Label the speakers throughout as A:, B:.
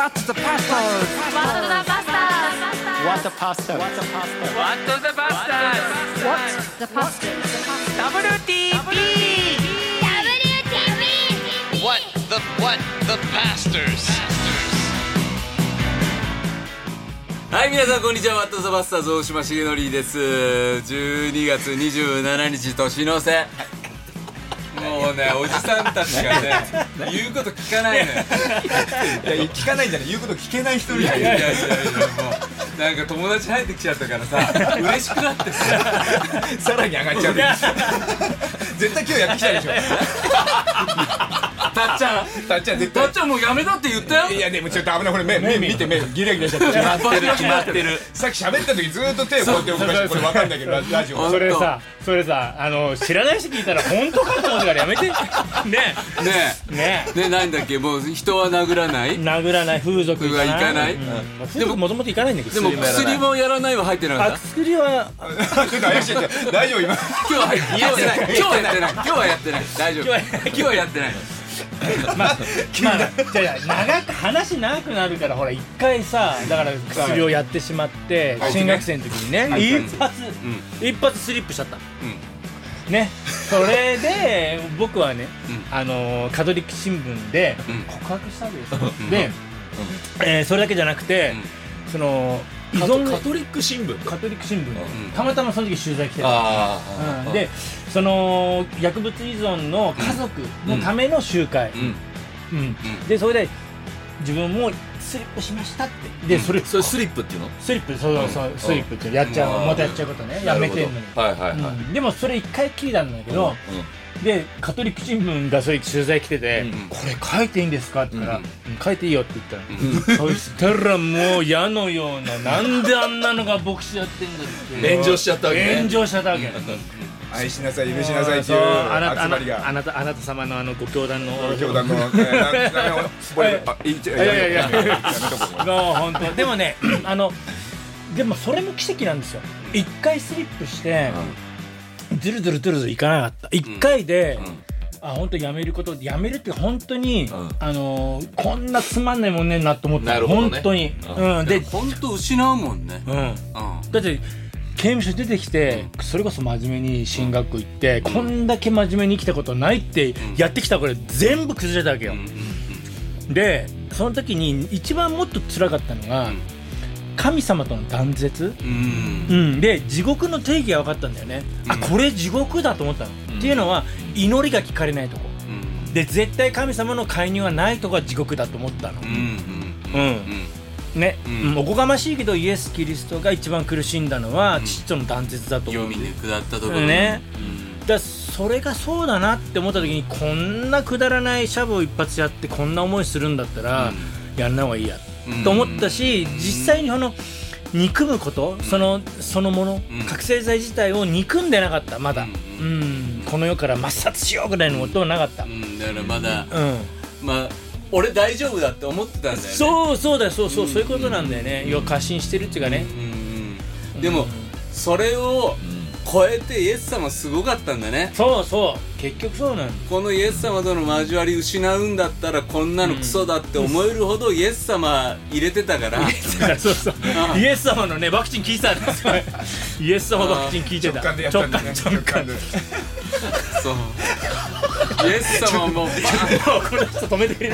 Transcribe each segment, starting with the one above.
A: What the Pastors?
B: What the pasta?
A: What the Pastors?
C: What the pastors?
A: WTP!
D: What the pastors?
E: はい、皆さんこんにちは。ワットザバスターズ大島重則です。12月27日年の瀬。もうね、おじさんたちがね言うこと聞かないのよ。
F: いや聞かないんじゃない、言うこと聞けない人いる。
E: いやもうなんか友達入ってきちゃったからさ嬉しくなってさ
F: さらに上がっちゃう。絶対今日やってきたでしょ。
E: たっちゃん
F: 絶対。
E: たっちゃんもうやめだって言ったよ。
F: いやでもちょっと危ない、これ目見て、目ギラギラしちゃって
E: 決まってる。
F: さっき喋った時ずーっと手をこうやって動かして、これわかんないけどラジオ
G: それさ知らない人聞いたら本当かと思うからやめて。ね
E: なんだっけ、もう人は殴らない
G: 殴らない、風俗行かない、
E: でも
G: もともと行かないんだけど、
E: でも薬もやらないは入ってなかった。
G: 薬は
F: ちょっと怪しい。大丈夫今。
E: 今日はやってない。大丈夫。今日はやってない。
G: じゃあ話長くなるから、ほら一回さ、だから薬をやってしまって新学生の時にね、一発スリップしちゃったね。それで僕はね、カトリック新聞で告白したんですよ。でそれだけじゃなくて、その依存
E: カトリック新聞
G: たまたまその時取材来てた。でその薬物依存の家族のための集会で、それで自分もスリップしましたって。でそれ
E: スリップっていうの？スリップ、
G: そうスリップってやっちゃう、またやっちゃうことね、やめてんのに。でもそれ一回きりなんだけど、でカトリック新聞がそういう取材来てて、これ書いていいんですかって言ったら、書いていいよって言ったら、そしたらもう矢のような、なんであんなのが牧師やってんだって
E: 炎上しちゃったわけね。
G: 炎上しちゃったわけ。
F: 愛しなさい、許しなさいっていう集まりが。
G: あなた様のご教団の
F: スポイル。やめとこう。
G: もう本当。でもね、でもそれも奇跡なんですよ。一回スリップしてずるずるいかなかった。一回で本当やめるって本当にこんなつまんないもんねんなと思った。本当に。
E: で本当失うもんね。
G: だって刑務所出てきて、それこそ真面目に進学校行って、こんだけ真面目に生きたことないってやってきたこれ全部崩れたわけよ。でその時に一番もっと辛かったのが、神様との断絶。で地獄の定義が分かったんだよね。これ地獄だと思ったの。っていうのは祈りが聞かれないとこで、絶対神様の介入はないとこが地獄だと思ったの。ね、おこがましいけどイエス・キリストが一番苦しんだのは父との断絶だと思う。
E: 読みに下ったところ
G: ね。だそれがそうだなって思った時に、こんなくだらないシャブを一発やってこんな思いするんだったら、やんない方がいいやと思ったし、実際に憎むこと、そのもの、覚醒剤自体を憎んでなかったまだ。この世から抹殺しようぐらいのことはなかった。
E: だからまだまあ俺大丈夫だって思ってたんだよね。
G: そういうことなんだよね。要は過信してるっていうかね。
E: でもそれを超えてイエス様すごかったんだね。
G: 結局そうなんだ。
E: このイエス様との交わり失うんだったらこんなのクソだって思えるほどイエス様入れてたから。
G: イエス様のねワクチン効いてたんですよ。イエス様ワクチン効いてた。
F: 直感でやったんだね。直感で。
E: そうイエス様も
G: この人止めてくれる。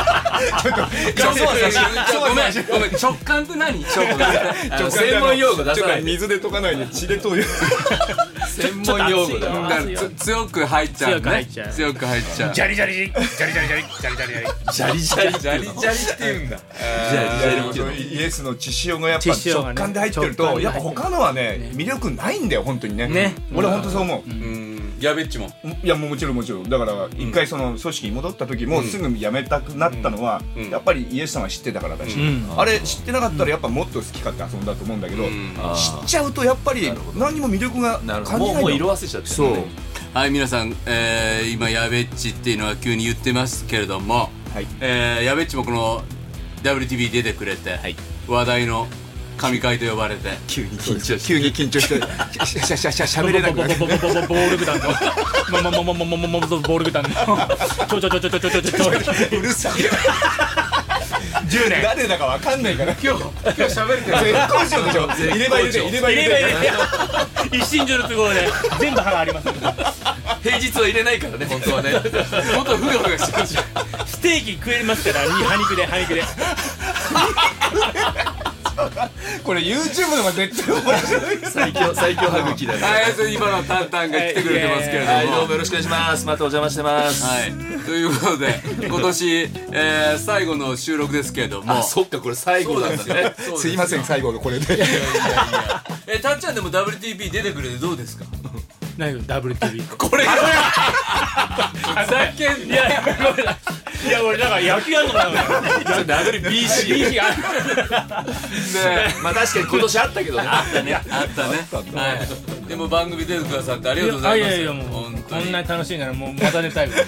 E: ごめん直感って何？専門用語出さない。
F: 水で溶かないで血で溶いる。
E: 専門用語だ。強く入っちゃうね。強く入っちゃう。
G: ジャリジャリジャリジャリジャリジャリジャリジャリ
E: ジャリジャリって言うんだ。
F: イエスの血潮がやっぱ直感で入ってると、やっぱ他のはね魅力ないんだよ本当にね。俺本当そう思う。
E: やべっちも。
F: いやもちろんだから一回その組織に戻った時もすぐ辞めたくなったのはやっぱりイエス様は知ってたからだし、あれ知ってなかったらやっぱもっと好き勝手遊んだと思うんだけど、知っちゃうとやっぱり何にも魅力が感じない。
E: もう色あせちゃってるね。はい、皆さん今やべっちっていうのは急に言ってますけれども、やべっちもこの WTV 出てくれて話題の神回と呼ばれて
F: 急に緊張してしゃべれなくなって
G: ボールグダンのボールグダンのちょうるさい 10年
F: 誰だかわかんないから
E: 今日喋れてる
F: 絶好調でしょ。入れ歯入れて入れ歯入れて
G: 一身上の都合で全部歯があります。
B: 平日は入れないからね本当はね。
E: もっとふがふがしてほしい。
G: ステーキ食えますから歯肉で
F: これ YouTube の方が絶対面白いよ。
B: 最強歯茎だね。
E: はい、それ今のタンタンが来てくれてますけれども、
B: はい、どうもよろしくお願いします。またお邪魔してます。
E: はい、ということで今年、最後の収録ですけれども、
B: あ、そっか、これ最後なんですね。
F: すいません、最後のこれで。
E: たっちゃんでも WTP 出てくれてどうですか？
G: 何よ WTV
E: これがふざけんな。
G: いや俺だから野球やるのかな。WBC が
B: まあ確かに今年あったけどね。
E: あったね。はい。でも番組出てくださってありがとうございます。
G: いやもう
E: 本当に
G: こんなに楽しいならもうまた寝たいわ。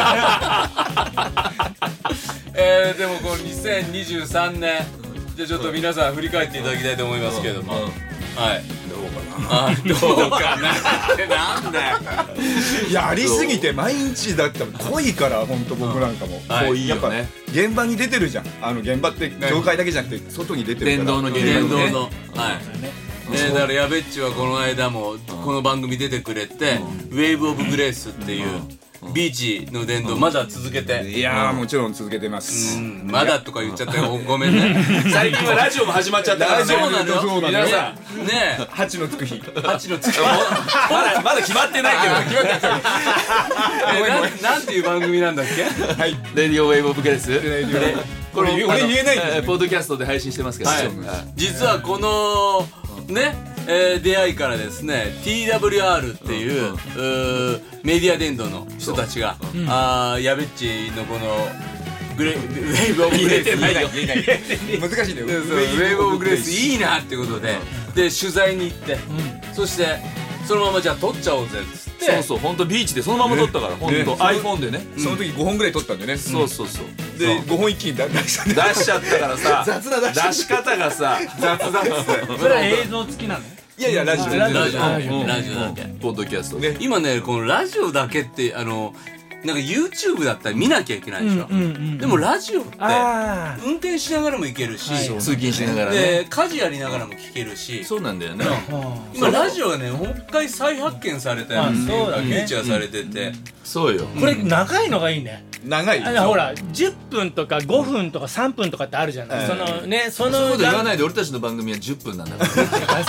E: でもこの2023年じゃあちょっと皆さん振り返っていただきたいと思いますけれども、はい。どうかなってなんだよ。
F: やりすぎて毎日だったら濃いから本当僕なんかも
B: 濃い
F: やっぱ
B: よね。
F: 現場に出てるじゃん。現場って業界だけじゃなくて外に出てるから。
B: 電動の
E: 電動の、はい。だからやべっちはこの間もこの番組出てくれて、ウェーブオブグレースっていうビーチの電動まだ続けて。
F: いやーもちろん続けてます。
E: まだとか言っちゃったよ。ごめんね。
B: 最近はラジオも始まっちゃったからね。
E: そうなのよ。
F: そうなの
E: 皆さんねえ。
F: 8のつく日。
E: 8のつく日。
B: まだ決まってないけど。
E: なんていう番組なんだっけ？
F: はい。
B: レディオウェイブオブグレース。
F: これ俺言えないんだよ。
B: ポッドキャストで配信してますけど。
E: 実はこのね、出会いからですね TWR っていうメディア伝道の人たちがやべっちのこのウェーブオブグレース
F: 難しいね。
E: ウェーブオブグレースいいなってことで取材に行ってそしてそのままじゃあ撮っちゃおうぜっつって
B: そう本当ビーチでそのまま撮ったから本当 iPhone でね。
F: その時5本ぐらい撮ったんだよね。
B: そう
F: で5本一気に出したね。
B: 出しちゃったからさ。
F: 雑な
B: 出し方がさ
E: 雑だっつって
G: それは映像付きなの？
F: いやラジオ
E: ラジオだけ
B: ポッドキャスト
F: ね。
E: 今ねこのラジオだけってなんか YouTube だったら見なきゃいけないでしょ。でもラジオって運転しながらもいけるし
B: 通勤しながらね。
E: で家事やりながらも聞けるし
B: そうなんだよね。
E: 今ラジオがねもう一回再発見されたようにフューチャーされてて
B: そうよ。
G: これ長いのがいいね。
F: 長い。
G: ほら10分とか5分とか3分とかってあるじゃない。そのね
B: そういうこと言わないで。俺たちの番組は10分なんだから。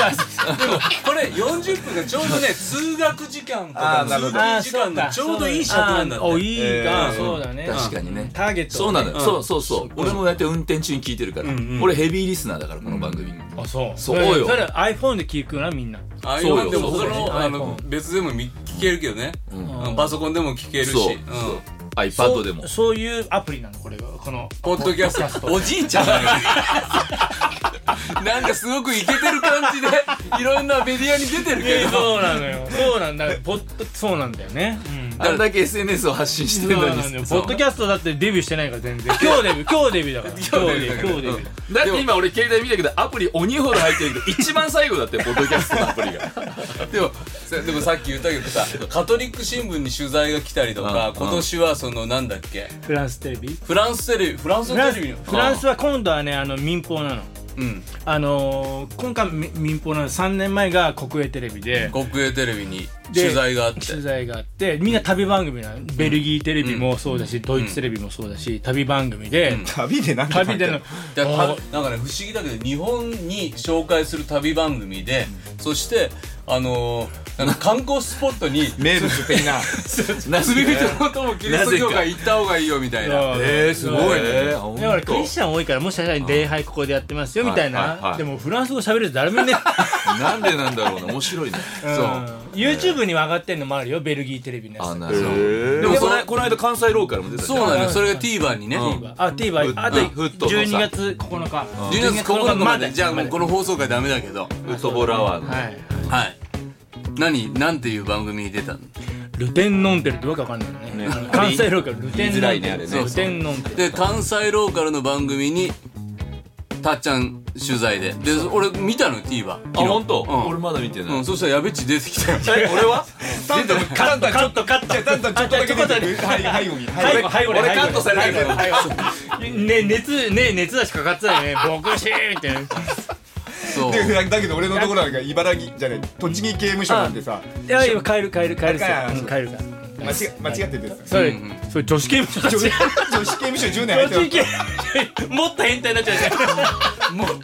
E: でもこれ40分がちょうどね通学時間とか通勤時間のちょうどいい尺なんだって。
G: おいいかそうだね。
B: 確かにね。
G: ターゲット
B: そうなのよ。そう俺もやって運転中に聞いてるから。俺ヘビーリスナーだからこの番組。
G: あそう
B: そうよ。
G: それ iPhone で聞くなみんな。
E: そうよ。でも他の別でも聞けるけどね。パソコンでも聞けるし。
B: iPad でも
G: そういうアプリなのこれがこの
E: ポッドキャストおじいちゃんだよなんかすごくイケてる感じでいろんなメディアに出てるけど
G: そうなのよそうなんだそうなんだよね
B: あんだけ SNS を発信してるのに
G: ポッドキャストだってデビューしてないから全然今日デビューだから今日デビュー
B: だって今俺携帯見たけどアプリ鬼ほど入ってるけど一番最後だってポッドキャストのアプリが
E: でもさっき言ったけどさカトリック新聞に取材が来たりとか今年はそのなんだっけ
G: フランステレビ
E: フランスは
G: 今度はね民放なの今回民放なの3年前が国営テレビで
E: 国営テレビに取材があってみんな旅番組なのベルギーテレビもそうだしドイツテレビもそうだし旅番組で
F: 旅でなんか
E: なんかね不思議だけど日本に紹介する旅番組でそしてなんか観光スポットに
F: 名物的な
E: 罪人の友キリスト教会行った方がいいよみたいな
F: すごいね
G: だからクリスチャン多いからもしかしたら礼拝ここでやってますよみたいなでもフランス語喋れると誰もね
B: なんでなんだろうな面白いね
G: そう YouTube には上がってんのもあるよベルギーテレビのやつ
B: でもこの間関西ローカルも出たじゃん
E: そうなのよそれが TVer にね
G: TVer あと12月9日
E: 12月9日までじゃあもうこの放送回ダメだけど
B: フットボールアワーの
E: はいなんていう番組に出たの
G: ルテンノンテルってわけわかんないよね関西ローカルルテンノンテルルテンノンテル
E: で関西ローカルの番組にたっちゃん取材で俺見たの TVer
B: あ本当俺まだ見てない
E: そしたらやべっち出てきたよ
B: 俺は
F: タンタンちょっとだけ出て
G: 後に
F: 背後に
B: 俺カットされるけど
G: 熱出しかかってたよねボクシーって
E: そう
F: でだけど俺のところなんか茨城じゃね栃木刑務所なんてさ
G: いや今帰るっすよ帰るから
F: 間違ってて
G: それ女子刑務所だし
F: 女子刑務所10年入って
G: 女子刑務所もっと変態になっちゃうじゃんもっと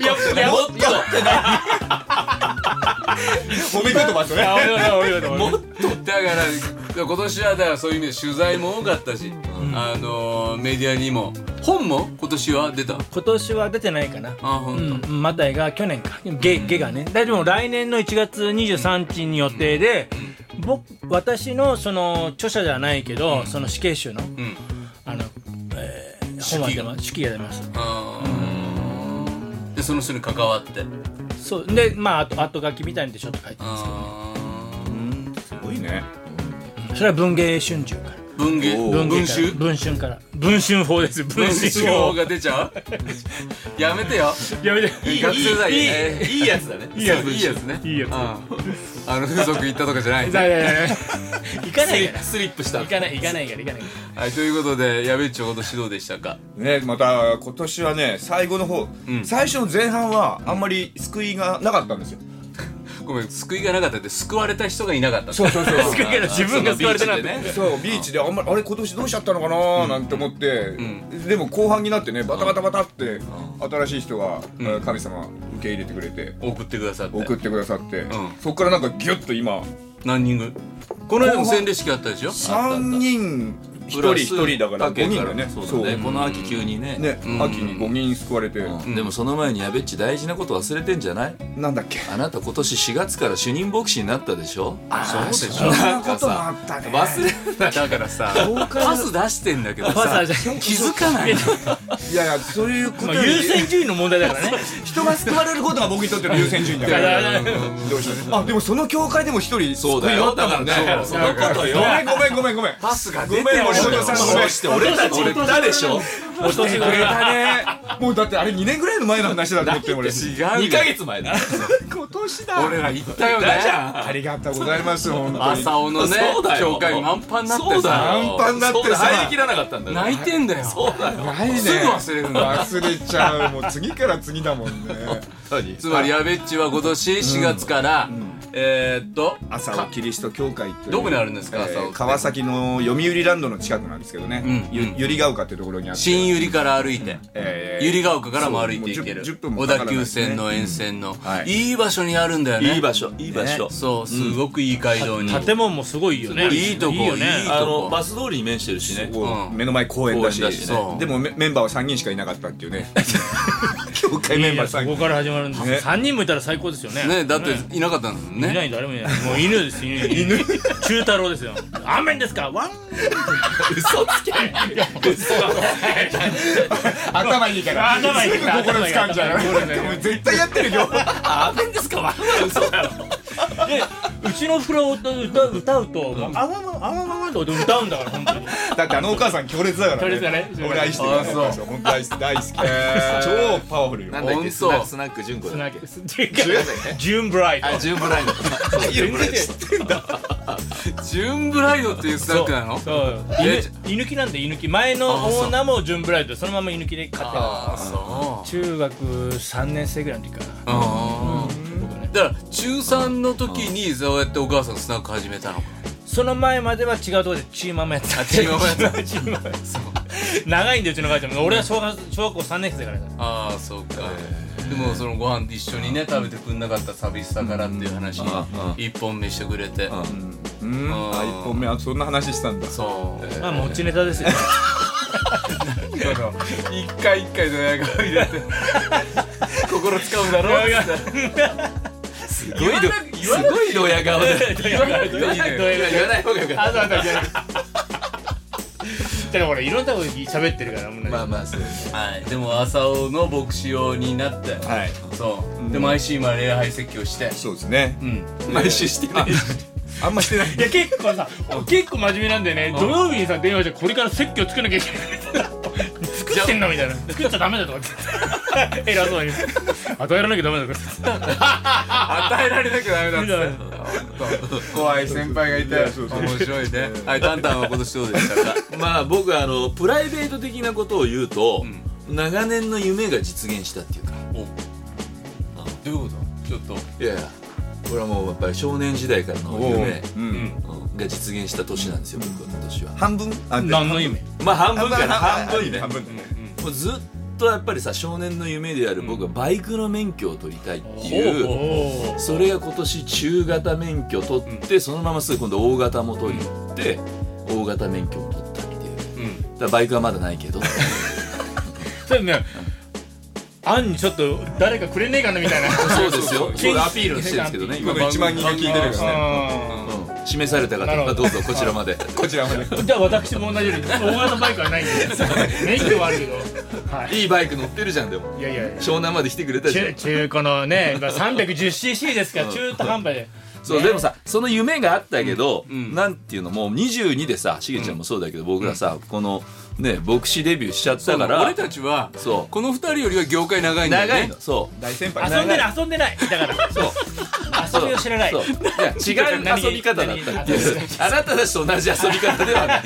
F: 褒め言葉とね
E: もっとだから今年はだからそういう意味で取材も多かったし、メディアにも本も今年は出た。
G: 今年は出てないかな。
E: 本当。
G: マタイが去年かゲがね。でも来年の1月23日に予定で、私のその著者じゃないけど、その死刑囚の本は出ます。手記が出ます。
E: でその人に関わって。
G: そうであと後書きみたいにちょっと書いてますけどね。
F: すごいね。
G: それは文藝春秋から
E: 文春
G: から文春法です。
E: 文春法が出ちゃうやめてよ
G: やめて
E: 学生だい
B: いいやつだね。
E: いいやつね
G: いいやつ
E: 風俗行ったとかじゃない
G: 行かないから
B: スリップした。
G: 行かないから
E: はいということでやべっちょ今年どうでしたか
F: ね。また今年はね最後の方最初の前半はあんまり救いがなかったんですよ。
E: ごめん救いがなかったって救われた人がいなかった。
F: そう
G: 自分が救われてなくて
F: そうビーチであんまりあれ今年どうしちゃったのかななんて思ってでも後半になってねバタって新しい人が神様受け入れてくれて
E: 送ってくださって
F: そっからなんかギュッと今
E: 何人ぐこの間も洗礼式あったでしょ。
F: 3人一人だから5人だね。
B: そうだね。この秋急にね
F: 秋に5人救われて。
B: でもその前にやべっち大事なこと忘れてんじゃない？
F: なんだっけ。
B: あなた今年4月から主任牧師になったでしょ。
E: そうでしょ。
F: そんなこともあったね。
B: 忘れない。
E: だからさパス出してんだけどさ気づかない。
F: いやそういうこと
G: 優先順位の問題だからね。
F: 人が救われることが僕にとっての優先順位だからどうしたね。でもその教会でも一人
B: そうだよ。だからねそのことよ。
F: ごめん
E: パスが出て
F: 森本さん
B: そして俺たち言ったでしょ。
F: 落としてくれたね。もうだってあれ2年ぐらいの前の話だと思って俺。
E: 違う
B: 2ヶ月前だ。
F: 今年だ。
E: 俺ら言ったよね。
F: ありがとうございます本当に。
E: 朝尾のね教会満帆になってさ
F: 満帆になってさ
B: 入りきらなかったんだよ。
E: 泣いてんだよ。
B: そうだよ。
F: ないね。
E: すぐ忘れるんだ。
F: 忘れちゃう。もう次から次だもんね。
E: つまりやべっちは今年4月から
F: 朝尾キリスト教会っていう
E: どこにあるんですか朝尾。
F: 川崎の読売ランドの近くなんですけどね。百合ヶ丘っていうところにあって。
E: 新百合から歩いて百合ヶ丘からも歩いていける小田急線の沿線のいい場所にあるんだよね。
B: いい場所
E: そうすごくいい街道に
G: 建物もすごいよね。
E: いいとこいいとこ
B: バス通りに面してるしね。
F: 目の前公園だし
B: そう
F: でもメンバーは3人しかいなかったっていうね。教会メンバー3人。
G: ここから始まるんです。3人もいたら最高ですよね。
E: ねだっていなかったんだもんね。
G: いない誰もいない。もう犬です犬中太郎ですよ。アーメンですかワン。
B: 嘘つけ。
F: 頭いいからすぐ心掴んじゃう。絶対やってるよ。
B: あーめんですか。嘘だろ。
G: でうちの風呂を歌うとあわまと歌うんだから本当に。
F: だってお母さん強烈だからね。
G: 強烈だね。
F: 俺愛してる。本当大好き。超パワフルよ。
B: なんだっけスナック純子だ。
G: ジューンブライド。
B: ジューンブライド。
F: 全然知ってんだ。
E: ジューンブライドっていうスナックなの？
G: そう居抜きなんで居抜き前のオーナーもジューンブライドでそのまま居抜きで買って中学3年生ぐらいの時かな。
E: だから中3の時にそうやってお母さんスナック始めたのか。
G: その前までは違うところでチーママやってた。
E: チーママやってた。
G: チーママやってた。長いんでうちの母ちゃんが俺は小学校3年生だから。
E: ああそうか。でもそのご飯一緒にね食べてくんなかった寂しさからっていう話に一本目してくれて。
F: 1本目はそんな話したんだ。
E: そう
G: まあ持ちネタですよ。
E: 一回ドヤ顔入れて心つかむだろう。
B: すごいドヤ顔で言わない方がよかった。
G: だからほらいろんなこと喋ってるから
B: まあそう。
E: でも朝尾の牧師用になってそうで毎週今礼拝説教して
F: そうですね。
B: 毎週してない。
F: あんましてない。
G: いや結構真面目なんでね土曜日にさ電話してこれから説教作んなきゃいけない作ってんのみたいな作っちゃダメだとかって偉そうに与えられなきゃダメだとか
E: 与えられなきゃダメだって怖い先輩がいて面白いね。はい、タンタンは今年どうでしたか？
B: まあ僕はプライベート的なことを言うと、長年の夢が実現したっていうか。
E: どういうこと？ちょっと
B: いやいや、これはもうやっぱり少年時代からの夢が実現した年なんですよ、僕は今年は。
F: 半分
G: 何の夢？
B: まあ半分かな、半分ね。
F: 半分
B: もうずっとやっぱりさ、少年の夢である僕はバイクの免許を取りたいっていう、それが今年中型免許取って、そのまますぐ今度大型も取りに行って大型免許を取ったっていう。だからバイクはまだないけど
G: それね、案にちょっと誰かくれねえかなみたいな。
B: そうですよ、そうアピールしてるんですけどね、今
F: 1万人が聞いてるからね。
B: 示された方はどうぞこちらまで。
F: こちらまで。
G: じゃあ私も同じように大型バイクはないんで、免許はあるけど、はい、
B: いいバイク乗ってるじゃん。でも
G: いやいや、
B: 湘南まで来てくれたじゃん。
G: 中古のね、310cc ですから、中途半端で。
B: そうでもさ、その夢があったけど、なんていうの、もう22でさ、しげちゃんもそうだけど、僕らさ、このね牧師デビューしちゃったから、
E: 俺たちは
B: そう
E: この2人よりは業界長いんだよね。
B: 長いの。そう
F: 大先輩。
G: 遊んでないだから。そう遊びを知らない。
B: そう、いや違う遊び方だったっていう。あなたたちと同じ遊び方ではない。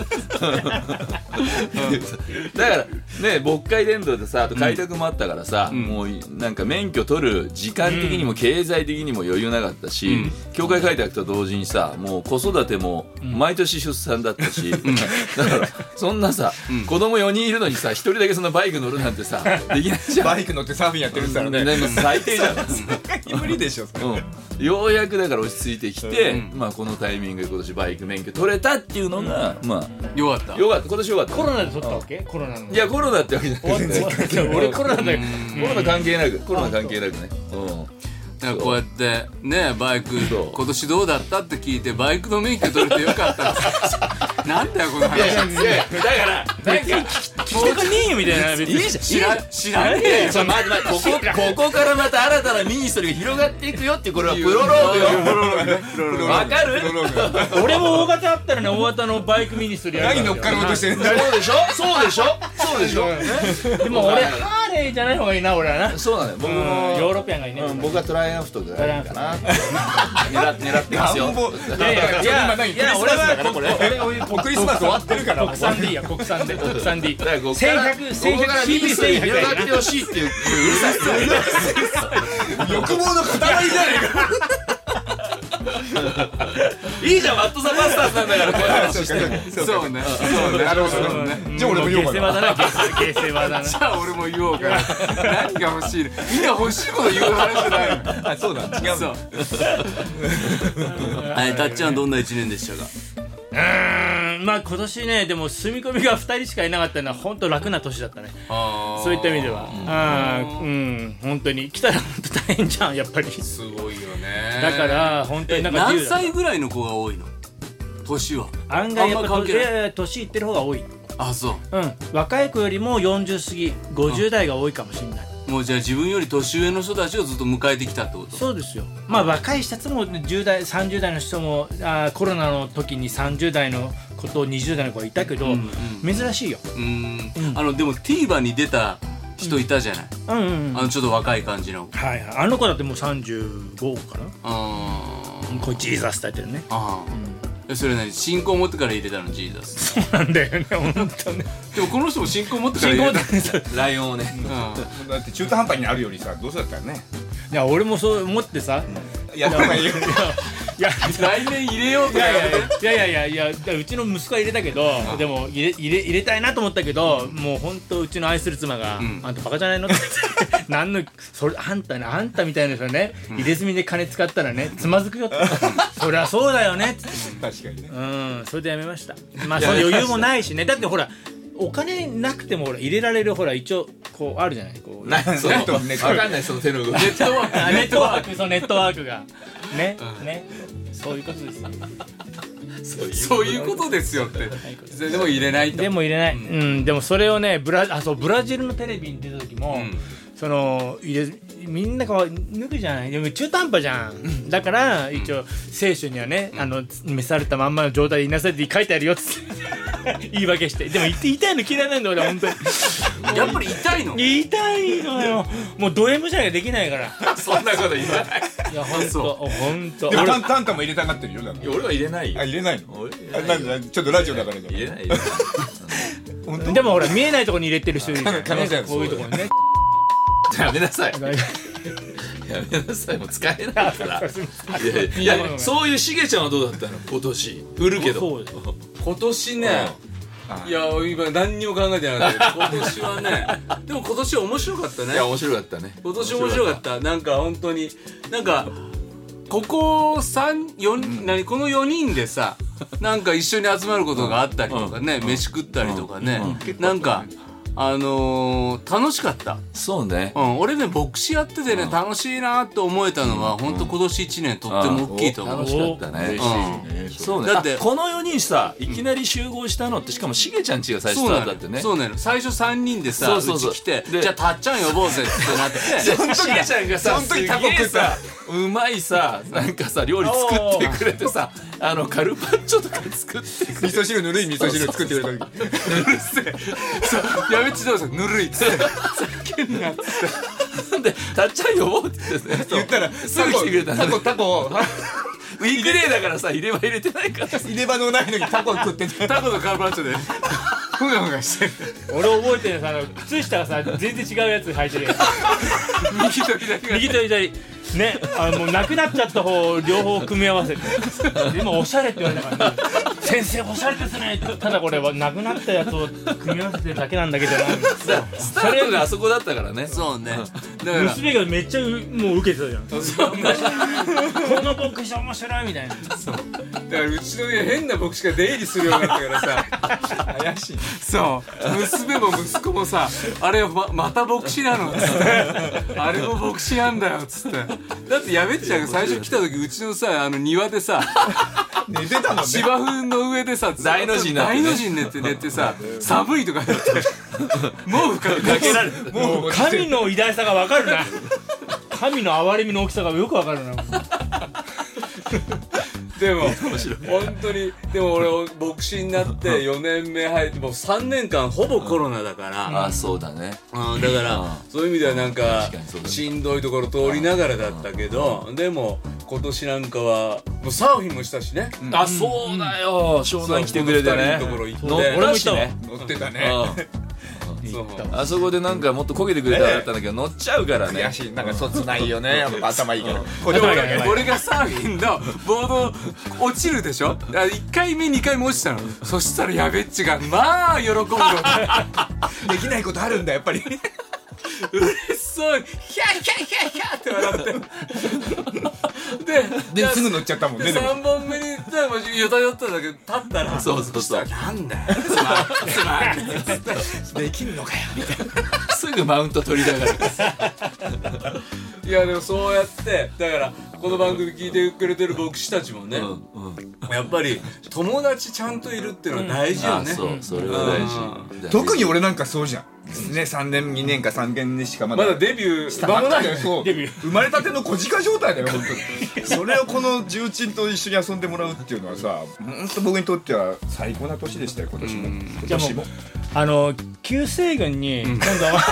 B: だからね、渤海電動でさ、あと開拓もあったからさ、もうなんか免許取る時間的にも経済的にも余裕なかったし、教会開拓と同時にさ、もう子育ても毎年出産だったし、だからそんなさ、子供4人いるのにさ、1人だけそのバイク乗るなんてさ、できないじゃん。
F: バイク乗ってサーフィンやってるって言ったらね、
B: 最低じゃん。
F: 無理でしょ。
B: ようやくだから落ち着いてきて、まあこのタイミングで今年バイク免許取れたっていうのが、まあ
E: よかった。
B: 今年よかった。
G: コロナで取ったわけ？コロナの。
B: いやコロナってわけじゃない。
G: 俺コロナで。
B: コロナ関係なく、コロナ関係なくね。
E: だからこうやってね、バイク今年どうだったって聞いて、バイクの免許取れてよかったってなんだよこの話。
B: だから
G: 聞きたくねえよみたいな。
B: いいじゃん。知らねえよ。ここからまた新たなミニストリーが広がっていくよっていう、これはプロローグよ。わかる？
G: 俺も大型あったらね、大型のバイクミニストリーやる。
F: 何乗っかろうとしてるんだ。
B: そうでしょ。そうでしょ。そうでしょ。
G: でも俺ハーレーじゃない方がいいな、俺はな。
B: そうなのよ。僕も
G: ヨーロピアンがいいね。
B: 僕はトライアンフトがいいかな。狙ってますよ。
G: いや俺は
F: クリスマス終わってるから。
G: 国産でいいや、国産で。1100
B: ここからミニストリー広がってほしいっていううるさい。
F: 欲望の塊じゃないか。
B: いいじゃん、ワットザバスターズなんだからこういう話してる。
E: そうね。
F: なるほどね。じゃあ俺も言おうかな。
G: 下世話だな。
E: じゃあ俺も言おうかな。何が欲しいの？みんな欲しいこと言う話じゃないの。
F: あ、そうだ。違う。
E: そう。はい、たっちゃんどんな1年でしたか？
G: まあ今年ね、でも住み込みが2人しかいなかったのは本当楽な年だったね。そういった意味では、本当に来たら本当大変じゃん、やっぱり。
E: すごいよね。
G: だから本当になんか
E: 何歳ぐらいの子が多いの？年は
G: 案外やっぱ
E: 関係ない。
G: 年いってる方が多い。
E: あ、そう。
G: 若い子よりも40過ぎ50代が多いかもしれない。
E: もうじゃあ自分より年上の人たちをずっと迎えてきたってこと？
G: そうですよ。まあ若い人たちも10代30代の人もコロナの時に30代の子と20代の子がいたけど、珍しいよ。
E: でも TVer に出た人いたじゃない。ちょっと若い感じの。
G: はいはい。あの子だってもう35かな。これジーザスタイトルね。
E: それ何？信仰を持ってから入れたの？ジーザス。
G: そうなんだよね、本当ね。
E: でもこの人も信仰を持ってから入れた。
B: ライオンをね。
F: だって中途半端にあるよりさ、どうせだったらね。
G: いや俺もそう思ってさ。
F: やった方がいいよ。
E: いや来年入れようとか。
G: いやうちの息子は入れたけど、でも入れたいなと思ったけど、もう本当うちの愛する妻があんたバカじゃないのって何のそれあんたみたいな人ね、入れ墨で金使ったらねつまずくよって。そりゃそうだよねって。
F: 確かにね。
G: それでやめました。まあその余裕もないしね。だってほらお金なくてもほら入れられるほら一応こうあるじゃない。こう
B: 分かんないその手の動き。
G: ネットワークがねそういうことですよ。
E: そういうことですよって。でも入れないと。
G: でも入れない。でもそれをねブラジルのテレビに出た時もその入みんなこう脱ぐじゃない。でも中途半端じゃん。だから一応聖書にはね、召されたまんまの状態でいなさいって書いてあるよって言い訳して。でも痛いの嫌いなんだ俺本当に。
E: やっぱり痛いの？
G: 痛いのよ。もうド M じゃなきゃできないから。
B: そんなこと言わない。
G: いや本当。
F: でもタンタンも入れたがってるよ。だから
B: 俺は入れないよ。
F: 入れないの？
B: 俺
F: なんかちょっとラジオだから
B: 入れない。
G: でもほら見えないところに入れてる人いるじゃん、ね、
F: 可能性ある。
G: こういうところにね。
B: やめなさい。やめなさい。もう使えないからいやそういうしげちゃんはどうだったの今年。振るけど
E: 今年ね、いや今何にも考えてなかったけど今年はねでも今年は面白かったね。
B: いや面白かったね。
E: 今年面白かった。なんか本当になんかここ4この4人でさなんか一緒に集まることがあったりとかね、飯食ったりとかね、なんか楽しかった。
B: そうね、
E: 俺ね牧師やっててね、楽しいなと思えたのは本当今年1年とっても大きいと思う。
B: 楽しかったね。そうね。だってこの4人さいきなり集合したのってしかもしげちゃんちが最初だったってね。
E: そうなの。最初3人でさうち来てじゃあたっちゃん呼ぼうぜってなって
B: しげちゃんがさすげえさうまいさなんかさ料理作ってくれてさカルパッチョとか作ってくれて
F: 味噌汁ぬるい味噌汁作ってくれた時
E: ぬるせえそうやめちどうさぬるいっつって叫んなっつって
B: でたっちゃん呼ぼうって
F: 言ったら
B: すぐ来てくれたの。
F: タコ
B: ウィークデーだからさ入れ歯入れてないから
F: 入れ歯のないのにタコ食ってて
E: タコのカルパッチョでふがふがしてる。
G: 俺覚えてるさ靴下がさ全然違うやつ履いてるやつ
E: 右と左が
G: 右と左ねもうなくなっちゃった方を両方組み合わせてでもおしゃれって言われたからね先生おしゃれですねただこれはなくなったやつを組み合わせてるだけなんだけどな
B: スタートがあそこだったからね。
E: そうね。だから
G: 娘がめっちゃもう受けてたじゃんこの牧師面白いみたいな。
E: そうだからうちの家変な牧師が出入りするようになったからさ
F: 怪しい。
E: そう娘も息子もさあれは また牧師なのっつってあれも牧師なんだよっつってだってやべっちゃんが最初来た時うちのさ庭でさ
F: 寝てたもんね。
E: 芝生の上でさ
B: 大の字になってね
E: 大の字に寝てさ寒いとか言って毛布かけられて
G: もう神の偉大さが分かるな神の憐れみの大きさがよく分かるな
E: でも本当にでも俺牧師になって4年目入ってもう3年間ほぼコロナだから
B: あそうだね。
E: だからそういう意味ではなんか
B: 確かにそうだね
E: しんどいところ通りながらだったけどでも今年なんかはもうサーフィンもしたしね。
B: あそうだよ湘南来てくれてね。
E: そうこの二人のところ行って
B: 乗ったしね。
F: 乗ってたね。
E: そう
B: あそこでなんかもっとこけてくれたらだったんだけど乗っちゃうからね。
F: 悔しい。なんかそつないよね。やっぱ頭いいから。
E: 俺がサーフィンのボード落ちるでしょ。1回目2回目落ちたの。そしたらやべっちがまあ喜ぶの
F: できないことあるんだやっぱり。
E: 嬉しそうにヒャッヒャッヒャッヒャッって笑って
F: ですぐ乗っちゃったもんね。でも
E: 3本目に行ったらよたよったんだけど立ったら
B: そうそうそう
E: なんだよつまん
F: できんのかよみたいな。
B: すぐマウント取りながら
E: いやでもそうやってだからこの番組聞いてくれてる牧師たちもね、やっぱり友達ちゃんといるっていうのは大事よね。
B: そうそれは大事。
F: 特に俺なんかそうじゃん。ね3年2年か3年にしかまだ
E: デビュー
F: 間もないよ。そう
G: デビュー
F: 生まれたての小鹿状態だよ本当に。それをこの重鎮と一緒に遊んでもらうっていうのはさ本当僕にとっては最高な年でしたよ今年も。今年も
G: 旧西軍に今度は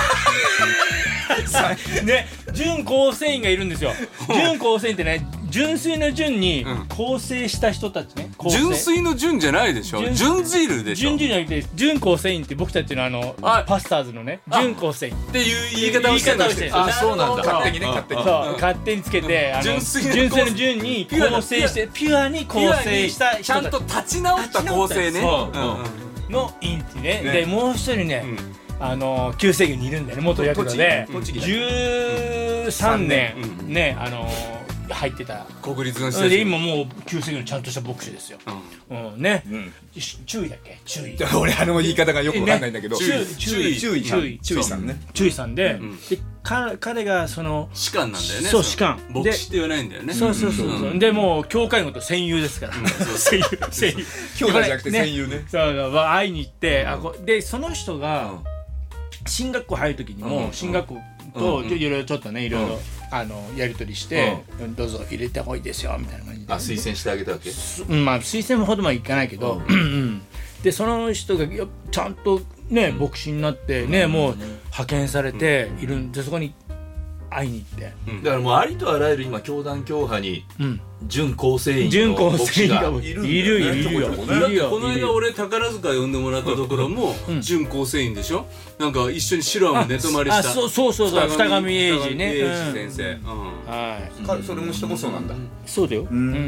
G: ね準構成員がいるんですよ。準構成員ってね純粋の純に構成した人たちね。
E: 純粋の純じゃないでしょ。純汁でしょ。
G: 純汁じゃなくて準構成員って僕たちのパスターズのね準構成員
E: っていう言い方をしてる。
B: あそうなんだ。
F: 勝手にね勝手に。
G: そう勝手につけて
E: 純粋
G: の純に構成してピュアに構成した人
E: ちゃんと立ち直った構成ね。
G: のインティね。でもう一人ね旧西軍にいるんだよね元ヤクザで13年ね入ってた
E: 国立の施設
G: で今もう旧西軍のちゃんとした牧師ですよ。ね注意だっけ注意。
F: 俺言い方がよくわかんないんだけど
G: 注意
F: さんね。
G: 注意さんで彼がその
E: 士官なんだよね。
G: そう士官
E: 牧師って言わないんだよね。
G: そうでもう教会ごと戦友ですから戦友
F: 兄弟じゃなくて戦友ね。
G: そう会いに行ってでその人が進学校入る時にも進学校といろいろちょっとねいろいろやり取りしてどうぞ入れた方がいいですよみたいな感じで
B: 推薦してあげたわけ。
G: まあ推薦ほどまでいかないけどでその人がちゃんとね牧師になってねもう派遣されているんでそこに会いに行って
B: だからもうありとあらゆる今教団教派に準構成員の牧師がいる
G: よ
E: この間俺宝塚呼んでもらったところも準構成員でしょ。なんか一緒にシロアも寝泊まりした
G: そう二上英二ね
E: 先生
G: はい
F: それも人もそうなんだ。
G: そうだよ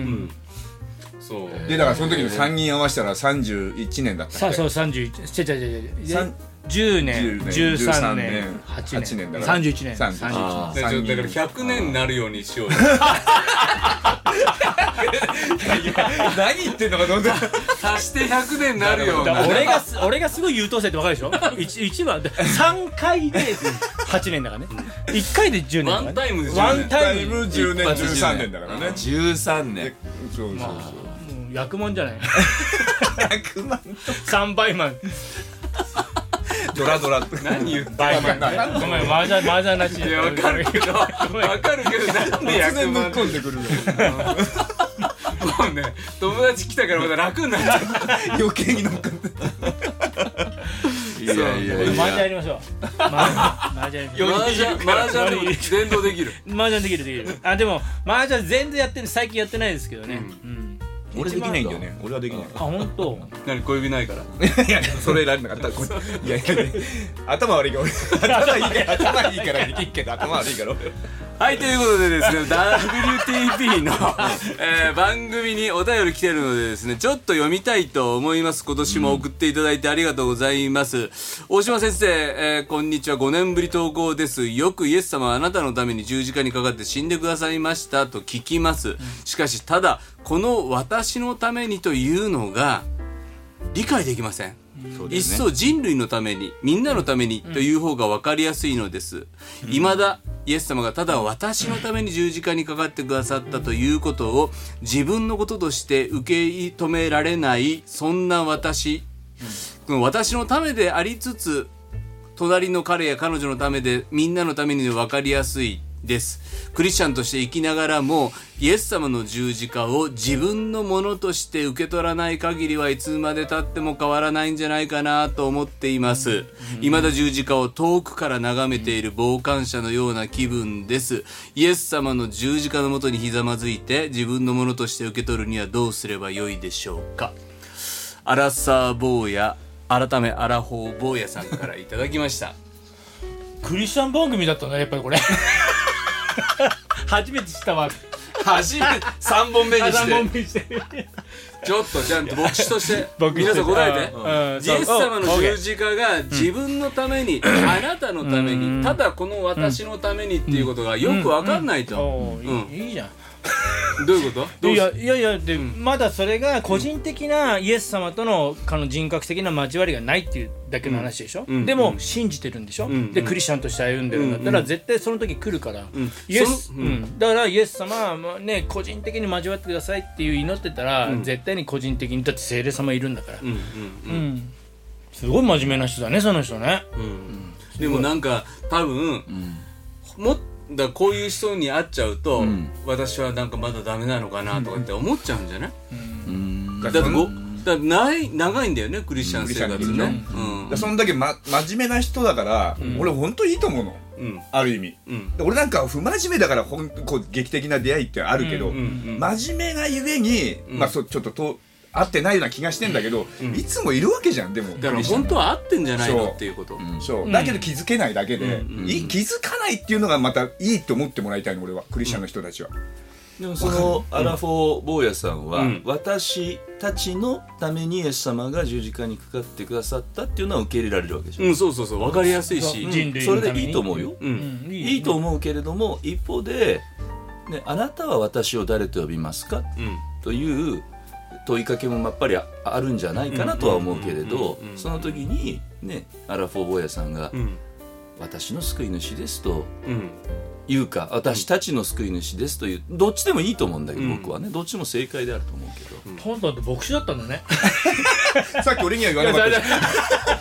E: そう
F: でだからその時の3人合わせたら31年だったっけ。
G: そう31 10年13年8年
F: だから
G: 31年
E: だから100年になるようにしようよ
F: 何言ってんのかと思って
E: 足して100年になるような
G: 俺がすごい優等生って分かるでしょ。1番3回で8年だからね1回で10年だからね
E: ワンタイムで
G: ワンタイム
F: 10年13年だからね。
B: 13年
F: そう
G: 役満じゃない
F: 100万
G: 3倍マン
F: ドラ
E: 何言って
G: バイマンねごめんマージャンらしい。
E: いや分かるけどなんで100万
F: 突然ぶっ込んでくる
E: もうね友達来たからまだ楽になっちゃった
F: 余計に乗っかって
B: いや
G: マージャンやりましょうマージャン
E: 伝動できる
G: マージャンできるでもマージャン全然最近やってないですけどね
F: 俺できないんだよね。俺はできない。
G: 本当
E: 何小指ないから
F: いやそれ選んなかった。いや頭悪いから俺頭いいからできっけど頭悪いから俺。
E: はいということでですねWTP の、番組にお便り来てるのでですねちょっと読みたいと思います。今年も送っていただいてありがとうございます。大島先生、こんにちは。5年ぶり投稿です。よくイエス様はあなたのために十字架にかかって死んでくださいましたと聞きます。しかしただこの私のためにというのが理解できません。いっそ人類のためにみんなのためにという方が分かりやすいのです。未だイエス様がただ私のために十字架にかかってくださったということを自分のこととして受け止められないそんな私のためでありつつ隣の彼や彼女のためでみんなのために分かりやすいです。クリスチャンとして生きながらもイエス様の十字架を自分のものとして受け取らない限りはいつまで経っても変わらないんじゃないかなと思っています。未だ十字架を遠くから眺めている傍観者のような気分です。イエス様の十字架のもとにひざまずいて自分のものとして受け取るにはどうすればよいでしょうか。アラサー坊や改めアラフォー坊やさんからいただきました。
G: クリスチャン番組だったねやっぱりこれ初めて知ったわ
B: 初めて3本目にして
E: ちょっとちゃんと牧師として皆さん答えてイエス様の十字架が自分のためにあなたのためにただこの私のためにっていうことがよく分かんないと
G: いいじゃん
E: どういうこと
G: いやでまだそれが個人的なイエス様との人格的な交わりがないっていうだけの話でしょでも信じてるんでしょでクリスチャンとして歩んでるんだったら絶対その時来るからだからイエス様はね個人的に交わってくださいっていう祈ってたら絶対に個人的にだって聖霊様いるんだからすごい真面目な人だねその人ね
E: でもなんか多分もっだこういう人に会っちゃうと、私はなんかまだダメなのかなとかって思っちゃうんじゃない？だって長いんだよねクリスチャン生活ね。
F: そんだけ、真面目な人だから、俺本当にいいと思うの、ある意味、俺なんか不真面目だからこう劇的な出会いってあるけど、真面目なゆえに、ちょっと合ってないような気がしてんだけど、いつもいるわけじゃん。でも
E: だから本当は合ってんじゃないのっていうこと。
F: そうだけど気づけないだけで、気づかないっていうのがまたいいと思ってもらいたいの俺はクリスチャンの人たちは。
B: でもそのアラフォー坊やさんは、私たちのためにイエス様が十字架にかかってくださったっていうのは受け入れられるわけでしょ。
E: そう分かりやすいし、
B: それでいいと思うよ、いいと思うけれども一方で、ね、あなたは私を誰と呼びますか、という問いかけもやっぱりあるんじゃないかなとは思うけれど、その時にねアラフォー坊やさんが、私の救い主ですと言うか、私たちの救い主ですという、どっちでもいいと思うんだけど、僕はねどっちも正解であると思うけど、
G: トントンって牧師だったんだね
F: さっき俺には言わなかった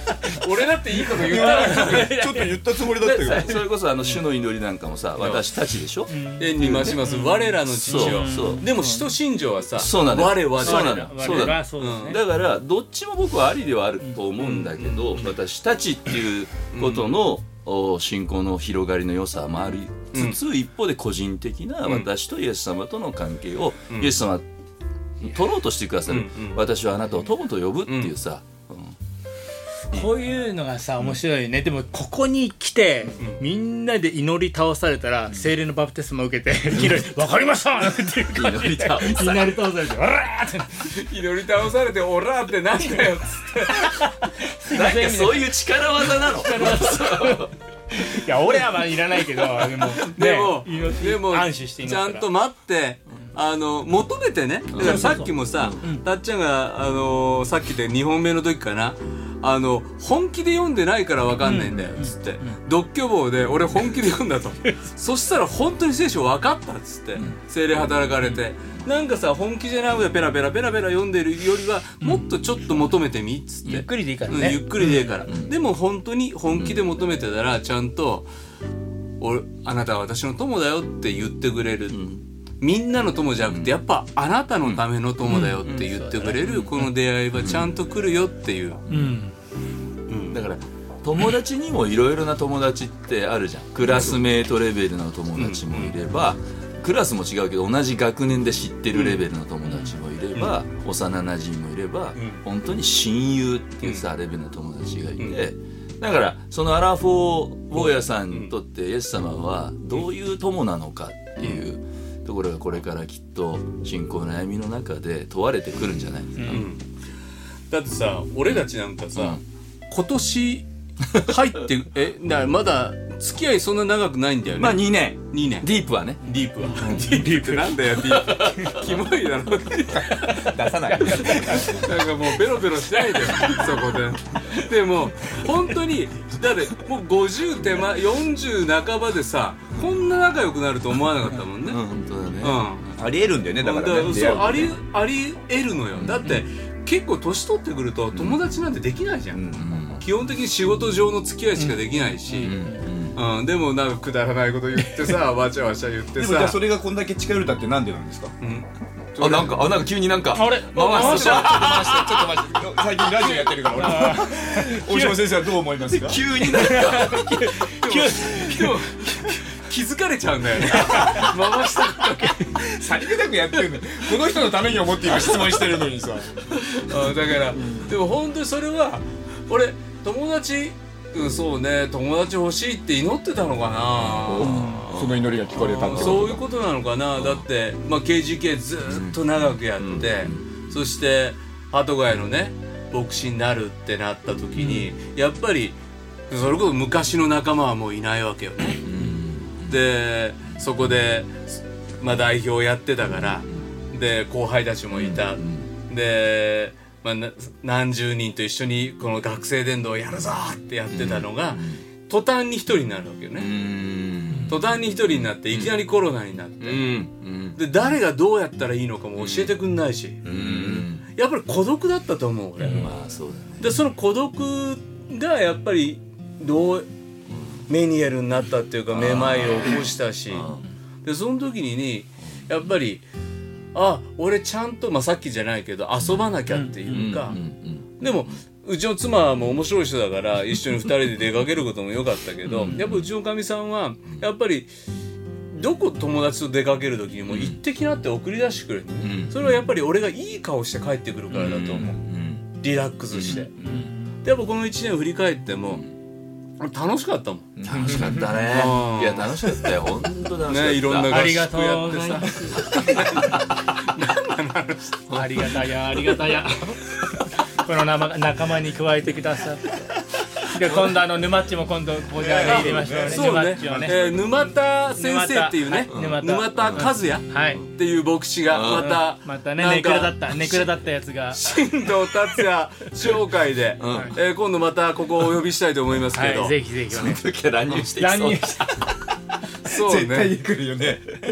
E: 俺だっていいこと言ったら
F: ちょっと言ったつもりだったけど
B: それこそ主の祈りなんかもさ、私たちでしょ。
E: 天に増します我らの父よ。
B: そう
E: でも使徒信条はさ、
B: そうなんだよ。
E: 我は
B: そうなんだよ。そうなんだよ。
G: そうですね。
B: だからどっちも僕はありではあると思うんだけど、私たちっていうことの信仰の広がりの良さもありつつ、一方で個人的な私とイエス様との関係をイエス様取ろうとしてくださる、私はあなたを友と呼ぶっていうさ、
G: こういうのがさ面白いね。でもここに来て、みんなで祈り倒されたら、聖霊のバプテスマを受けていきなり「分かりました!」っていう感じで祈り倒されて「オラー!」って
E: 祈り倒されてオラーってなんだよっつって
B: なんかそういう力技なの。
G: いや俺はまあいらないけど、でも
E: でも
G: 安心して祈ったら
E: ちゃんと待って求めてね。だからさっきもさ、たっちゃんがさっきで2本目の時かな、本気で読んでないから分かんないんだよっつって、独居房で俺本気で読んだとそしたら本当に聖書分かったっつって、聖霊働かれて、なんかさ本気じゃないのでペラペラペラペラ読んでるよりはもっとちょっと求めてみっつって、
G: ゆっくりでいいからね、
E: ゆっくりでいいから、でも本当に本気で求めてたらちゃんとあなたは私の友だよって言ってくれる、みんなの友じゃなくてやっぱあなたのための友だよって言ってくれるこの出会いはちゃんと来るよっていう、
B: だから友達にもいろいろな友達ってあるじゃん。クラスメートレベルの友達もいれば、クラスも違うけど同じ学年で知ってるレベルの友達もいれば、幼なじみもいれば、本当に親友っていうさレベルの友達がいて、だからそのアラフォー坊やさんにとってイエス様はどういう友なのかっていうところがこれからきっと信仰の悩みの中で問われてくるんじゃないですか。
E: だってさ俺たちなんかさ、今年入ってだからまだ付き合いそんな長くないんだよね。
B: まあ2年
E: 2年
B: ディープはね。
E: ディープはディープってなんだよディープキモいだろ
F: 出さない
E: なんかもうベロベロしないでよそこで。でも本当にだってもう50手前40半ばでさこんな仲良くなると思わなかったもんね。
B: 本当だね。
F: ありえるんだよね。だからね、
E: そうありえるのよ。だって結構年取ってくると友達なんてできないじゃん、基本的に仕事上の付き合いしかできないし、でもなんかくだらないこと言ってさわちゃわちゃ言ってさ。
F: でもじゃあそれがこんだけ近寄れたってなんでなんですか。
B: なんか急になんか
G: あれ
B: 回しちゃう。
F: ちょっと待って最近ラジオやってるから俺大島先生はどう思いますか。
B: 急になんか
E: でも気づかれちゃうんだよね回しただけ
F: さりげなくやってるのこの人のために思って今質問してるのにさ
E: だからでも本当にそれは俺友達そうね友達欲しいって祈ってたのかな。
F: その祈りが聞かれたってこと
E: そういうことなのかな。だって、KGK ずっと長くやって、そして鳩ヶ谷のね牧師になるってなった時に、やっぱりそれこそ昔の仲間はもういないわけよね。でそこで、代表をやってたからで後輩たちもいた、で、何十人と一緒にこの学生伝道をやるぞってやってたのが、途端に一人になるわけよね。途端に一人になっていきなりコロナになって、で誰がどうやったらいいのかも教えてくんないし、やっぱり孤独だったと思う俺、
B: そうだね。
E: でその孤独がやっぱりメニエルになったっていうかめまいを起こしたし、でその時にやっぱり俺ちゃんと、さっきじゃないけど遊ばなきゃっていうか、でもうちの妻も面白い人だから一緒に2人で出かけることもよかったけど、やっぱうちのかみさんはやっぱりどこ友達と出かける時にも行ってきなって送り出してくれる、それはやっぱり俺がいい顔して帰ってくるからだと思う、リラックスして、でやっぱこの1年を振り返っても楽しかったもん。
B: 楽しかったね。いや楽しかったよ。本当楽しかった。
E: いろんな合宿やってさ。
G: ありがたやありがたやこの仲間に加えてくださって。で今度沼っちも今度ここで入れましょうね。
E: そうね。沼田先生っていうね、
G: 沼
E: 田和也っていう牧師がまた
G: ねネクラだったやつが
E: 新藤達也紹介で今度またここをお呼びしたいと思いますけど、
G: ぜひぜひ
B: その時は乱入していきそう。
E: そうね。
F: 絶対に来るよね。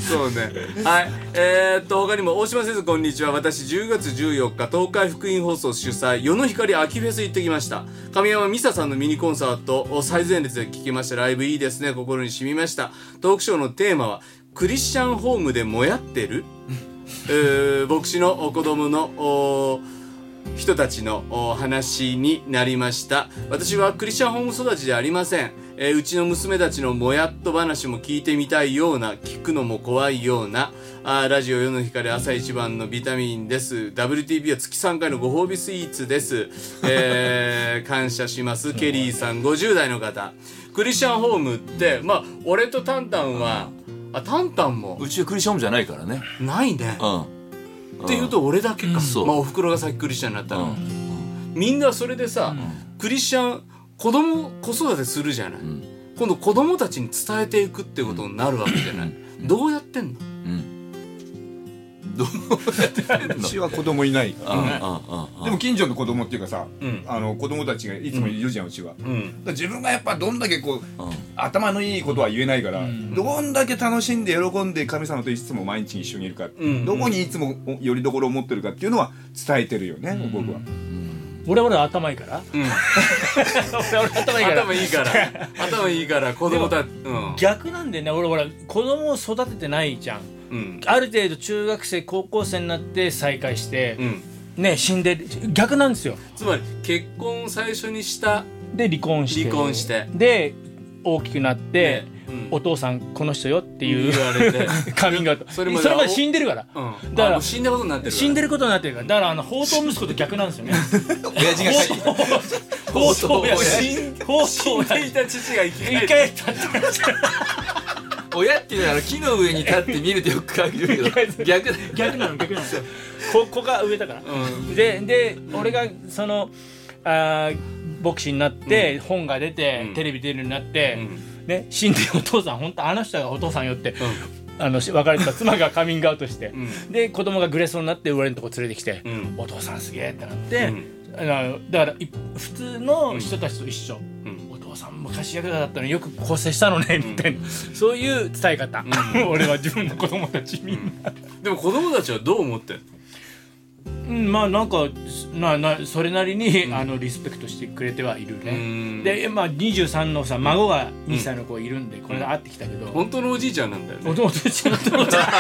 E: そうね。はい。他にも大島先生こんにちは。私10月14日東海福音放送主催世の光秋フェス行ってきました。神山美沙さんのミニコンサートを最前列で聴きました。ライブいいですね。心に染みました。トークショーのテーマはクリスチャンホームでもやってる牧師の子供の人たちの話になりました。私はクリスチャンホーム育ちではありません。うちの娘たちのもやっと話も聞いてみたいような、聞くのも怖いようなラジオ世の光朝一番のビタミンです。 WTB は月3回のご褒美スイーツです。感謝します。ケリーさん50代の方。クリスチャンホームってまあ俺とタンタンはタンタンも
B: うちはクリスチャンホームじゃないからね。
E: ないね。っていうと俺だけか。まあお袋がさっきクリスチャンになったの。みんなそれでさ、クリスチャン子育てするじゃない。今度子供たちに伝えていくってことになるわけじゃない。どうやってんの？
B: どうやってんの？
F: うちは子供いないからね。でも近所の子供っていうかさ、子供たちがいつもいるじゃん、うちは。だから自分がやっぱどんだけこう頭のいいことは言えないから、どんだけ楽しんで喜んで神様といつも毎日一緒にいるか、どこにいつもよりどころを持ってるかっていうのは伝えてるよね、僕は。
G: 俺頭いいから俺頭いいから
E: 頭いいから子供たち、
G: 逆なんでね。俺子供を育ててないじゃん。ある程度中学生高校生になって再会して、ね、死んでる。逆なんですよ。
E: つまり結婚を最初にした
G: で離婚してで大きくなって、お父さんこの人よっていう
E: 言われて
G: カミングアウト。それまで死んでるから、
E: だから死んだことになってるから、
G: 死んでることになってるから。だから放蕩息子と逆なんですよね。
F: 親父が
G: 放蕩親
E: 死んでいた父が生き返ったって
B: 親っていうのは木の上に立って見るとよく感じるけど
G: 逆なのここが上だから、で俺がその牧師になって、本が出て、テレビ出るようになって、ね、死んでお父さん本当あの人がお父さんよって、別れた妻がカミングアウトして、で子供がグレそうになって俺のとこ連れてきて、お父さんすげえってなって、だから普通の人たちと一緒、お父さん昔ヤクザだったのによく更生したのねみたいな、そういう伝え方、俺は自分の子供たちみんな、
E: でも子供たちはどう思ってんの？
G: まあなんかそれなりに、リスペクトしてくれてはいるね。で、まあ、23のさ孫が2歳の子いるんで、これが会ってきたけど、
E: 本当のおじいちゃんなんだよね。
G: おじいちゃん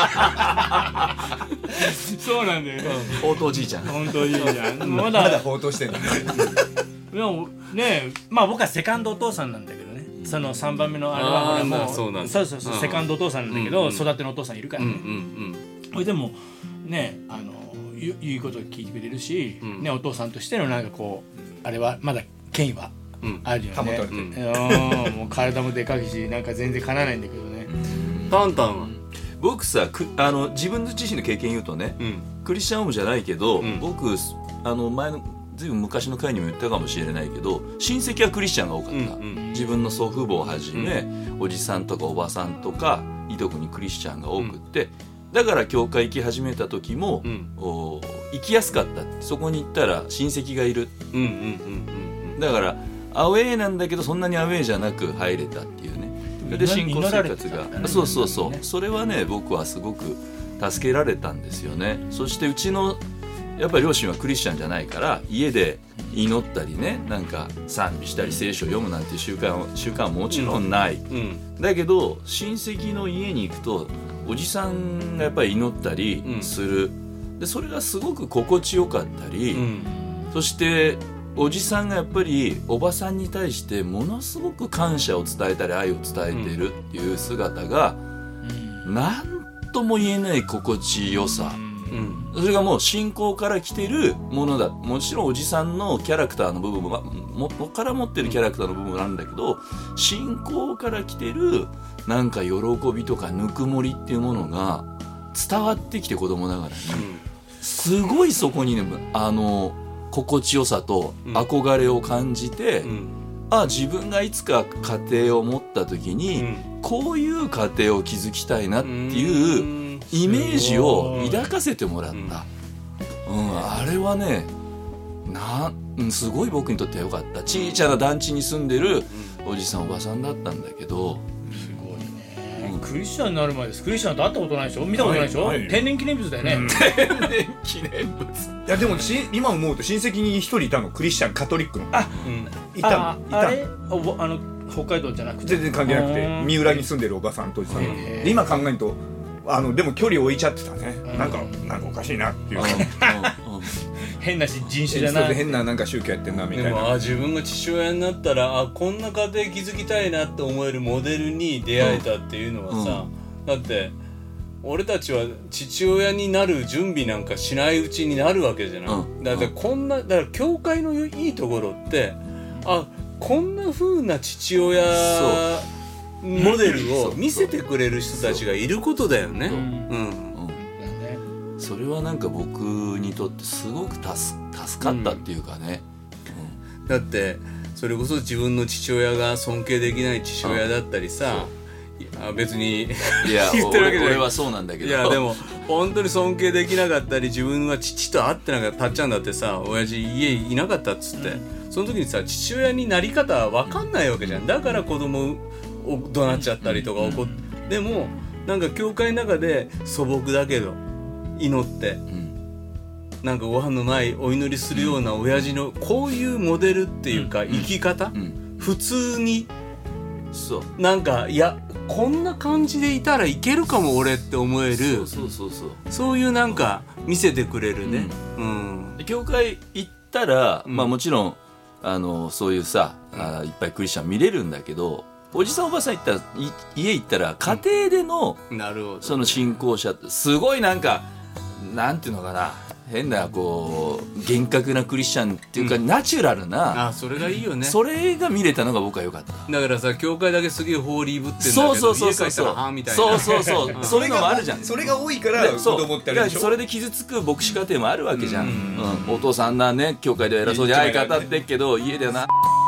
G: そうなんだよね。
B: 放蕩じいちゃん。
G: 本当いいじゃん。ま
F: だ放蕩してんの。
G: でもね、まあ僕はセカンドお父さんなんだけどね。その3番目のあれは俺もそうセカンドお父さんなんだけど、育てのお父さんいるからね。でもね、いいこと聞いてくれるし、ね、お父さんとしてのなんかこうあれはまだ権威はあるよね。保たれてる。もう体もでかいし、なんか全然かなわないんだけどね。
E: タンタンは
B: 僕さ自分自身の経験言うとね、クリスチャンホームじゃないけど、僕前のずいぶん昔の回にも言ったかもしれないけど、親戚はクリスチャンが多かった、自分の祖父母をはじめ、おじさんとかおばさんとかいとこにクリスチャンが多くって、だから教会行き始めた時も、行きやすかった。そこに行ったら親戚がいる、だからアウェーなんだけどそんなにアウェーじゃなく入れたっていうね。で信仰生活が、そうそれはね僕はすごく助けられたんですよね。そしてうちのやっぱり両親はクリスチャンじゃないから、家で祈ったりね、なんか賛美したり聖書を読むなんていう習慣はもちろんない、だけど親戚の家に行くとおじさんがやっぱり祈ったりする、でそれがすごく心地よかったり、そしておじさんがやっぱりおばさんに対してものすごく感謝を伝えたり愛を伝えているっていう姿が、なんとも言えない心地よさ、それがもう信仰から来てるものだ。もちろんおじさんのキャラクターの部分も元から持ってるキャラクターの部分なんだけど、信仰から来てるなんか喜びとかぬくもりっていうものが伝わってきて、子供ながらに、すごいそこにね心地よさと憧れを感じて、自分がいつか家庭を持った時に、こういう家庭を築きたいなっていうイメージを抱かせてもらった、あれはねすごい僕にとっては良かった。小さな団地に住んでるおじさんおばさんだったんだけど、
G: すごいね。 クリスチャンになる前です。クリスチャンと会ったことないでしょ、見たことないでしょ、
F: はいはい
G: 天然記念物だよね、
B: 天然記念物。
F: いやでも今思うと親戚に一人いたの、クリスチャンカトリックの。いたの。
G: あれ北海道じゃなくて
F: 全然関係なくて、
G: うん
F: 三浦に住んでるおばさんとおじさん。
G: へー
F: で今考えるとでも距離置いちゃってたね。なんかおかしいなっていう。
G: 変な人種じゃ
F: そう
G: ない、
F: で変ななんか宗教やってんなみたいな。
E: でも自分が父親になったらこんな家庭築きたいなって思えるモデルに出会えたっていうのはさ、だって俺たちは父親になる準備なんかしないうちになるわけじゃない、だってだから教会のいいところってこんな風な父親モデルを見せてくれる人たちがいることだよね。
B: それはなんか僕にとってすごく助かったっていうかね、
E: だってそれこそ自分の父親が尊敬できない父親だったりさ、別に
B: いや
E: 言ってるわけじゃない
B: 俺はそうなんだけど、
E: いやでも本当に尊敬できなかったり、自分は父と会ってなかったたっちゃんだってさ、親父家いなかったっつって、その時にさ父親になり方分かんないわけじゃん。だから子供を怒鳴っちゃったりとかでもなんか教会の中で素朴だけど祈って、なんかご飯の前お祈りするような親父のこういうモデルっていうか生き方、普通に
B: そう
E: なんかこんな感じでいたらいけるかも俺って思える、そういうなんか見せてくれるね、
B: 教会行ったら、まあもちろんそういうさいっぱいクリスチャン見れるんだけど、おじさんおばさん家行ったら家庭での、
E: なるほど、
B: その信仰者ってすごいなんかなんていうのかな、変なこう厳格なクリスチャンっていうか、ナチュラルな、
E: それがいいよね。
B: それが見れたのが僕は良かった。
E: だからさ、教会だけすげえホーリーぶってんだけど、家帰ったらはみたいな、
B: そういうのもあるじゃん。
F: それが多いから子供ってあるでしょ。
B: それで傷つく牧師家庭もあるわけじゃん。お父さんなね、教会では偉そうに相語ってっけど、家ではな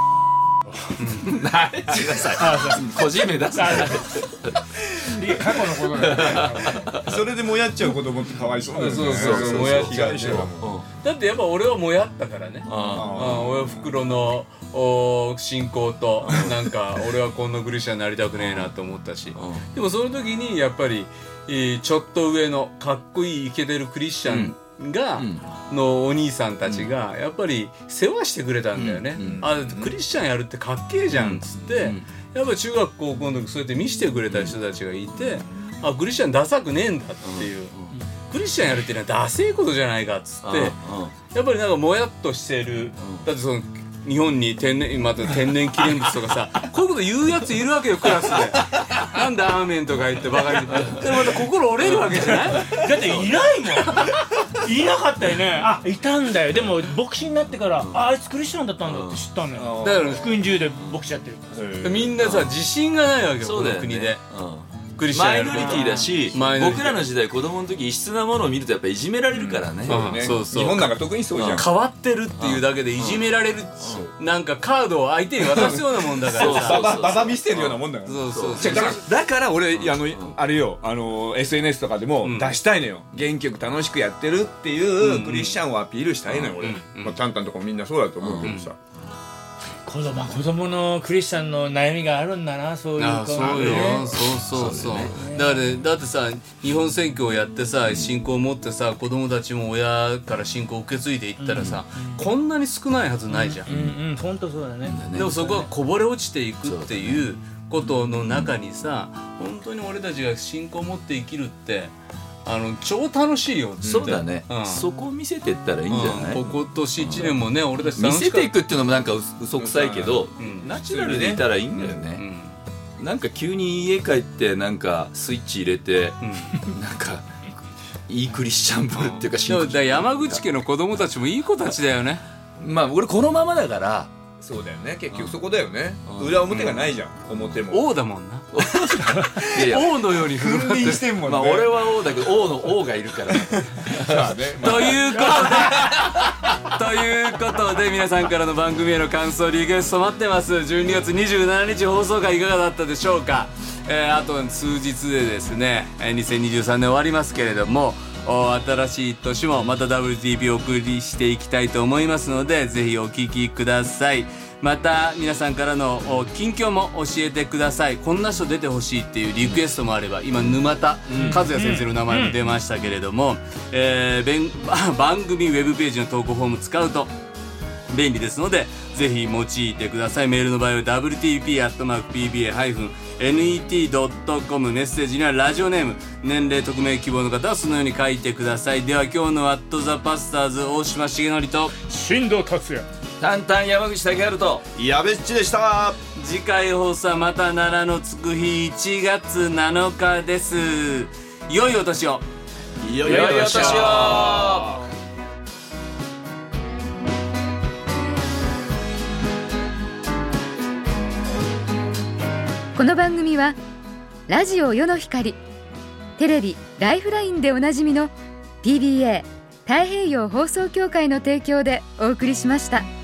B: 個人名出すな。
G: 過去のことだよね
F: それでもやっちゃう子供ってかわいそうだよね。
E: そう
F: もやっちゃう人はもう。
E: だってやっぱ俺はもやったからね。親袋の信仰となんか俺はこんなクリスチャンになりたくねえなと思ったし、でもその時にやっぱりちょっと上のかっこいいイケてるクリスチャンのお兄さんたちがやっぱり世話してくれたんだよね。クリスチャンやるってかっけえじゃんっつって、やっぱ中学高校の時そうやって見せてくれた人たちがいて、クリスチャンダサくねえんだっていう、クリスチャンやるっていうのはダセえことじゃないかっつって、やっぱりなんかもやっとしてる。だってその日本に天然記念物とかさこういうこと言うやついるわけよ、クラスで。なんでアーメンとか言ってバカにでもまた心折れるわけじゃない。
G: だっていないもんいなかったよね。いたんだよ。でも牧師になってからあいつクリスチャンだったんだって知ったのよ。
E: だから
G: 福音中で牧師やってる。
E: みんなさ自信がないわけよ、この国で。
B: マイノリティだし、僕らの時代子供の時異質なものを見るとやっぱいじめられるからね。
F: 日本なんか特にそうじゃん。
E: 変わってるっていうだけでいじめられる、なんかカードを相手に渡すようなもんだからさ、
F: ババ見せてるようなもんだから。だから俺あれよ、SNS とかでも出したいのよ。元気よく楽しくやってるっていうクリスチャンをアピールしたいのよ俺。タンタンとかもみんなそうだと思うけどさ、
G: 子供のクリスチャンの悩みがあるんだな、そういう子。
E: そうよ、そうだってさ、日本選挙をやってさ、信仰を持ってさ、子供たちも親から信仰を受け継いでいったらさ、こんなに少ないはずないじゃん。
G: 本当そうだね。
E: でもそこはこぼれ落ちていくっていうことの中にさ、本当に俺たちが信仰を持って生きるって超楽しいよって。
B: そうだね、そこを見せてったらいいんじゃない。
E: 今年1年もね、俺たち
B: 見せていくっていうのもなんか嘘くさいけど、ナチュラルでいたらいいんだよね。なんか急に家帰ってなんかスイッチ入れて、なんかいいクリスチャン部っていうか信仰者、
E: 山口家の子供たちもいい子たちだよね。
B: まあ俺このままだから。
F: そうだよね、結局そこだよね。裏表がないじゃん、表も。
E: 王だもんな。王のように振る舞って
F: してんもんね。
B: まあ俺は王だけど王の王がいるから。
E: ということで皆さんからの番組への感想リクエスト待ってます。12月27日放送回いかがだったでしょうか。あと数日でですね、2023年終わりますけれども、新しい年もまた WTP をお送りしていきたいと思いますので、ぜひお聞きください。 また皆さんからの近況も教えてください。こんな人出てほしいっていうリクエストもあれば、今沼田和也先生の名前も出ましたけれども、番組ウェブページの投稿フォーム使うと便利ですので、ぜひ用いてください。メールの場合は wtp@pba-net.com、 メッセージにはラジオネーム、年齢匿名希望の方はそのように書いてください。では今日のワットザパスターズ、大島重則と
G: 新藤達也、
B: タンタン山口武春と
F: やべっちでした。
E: 次回放送はまた奈良のつく日1月7日です。良いお年を。
F: 良
B: いお年を。
C: この番組はラジオ世の光、テレビライフラインでおなじみの PBA 太平洋放送協会の提供でお送りしました。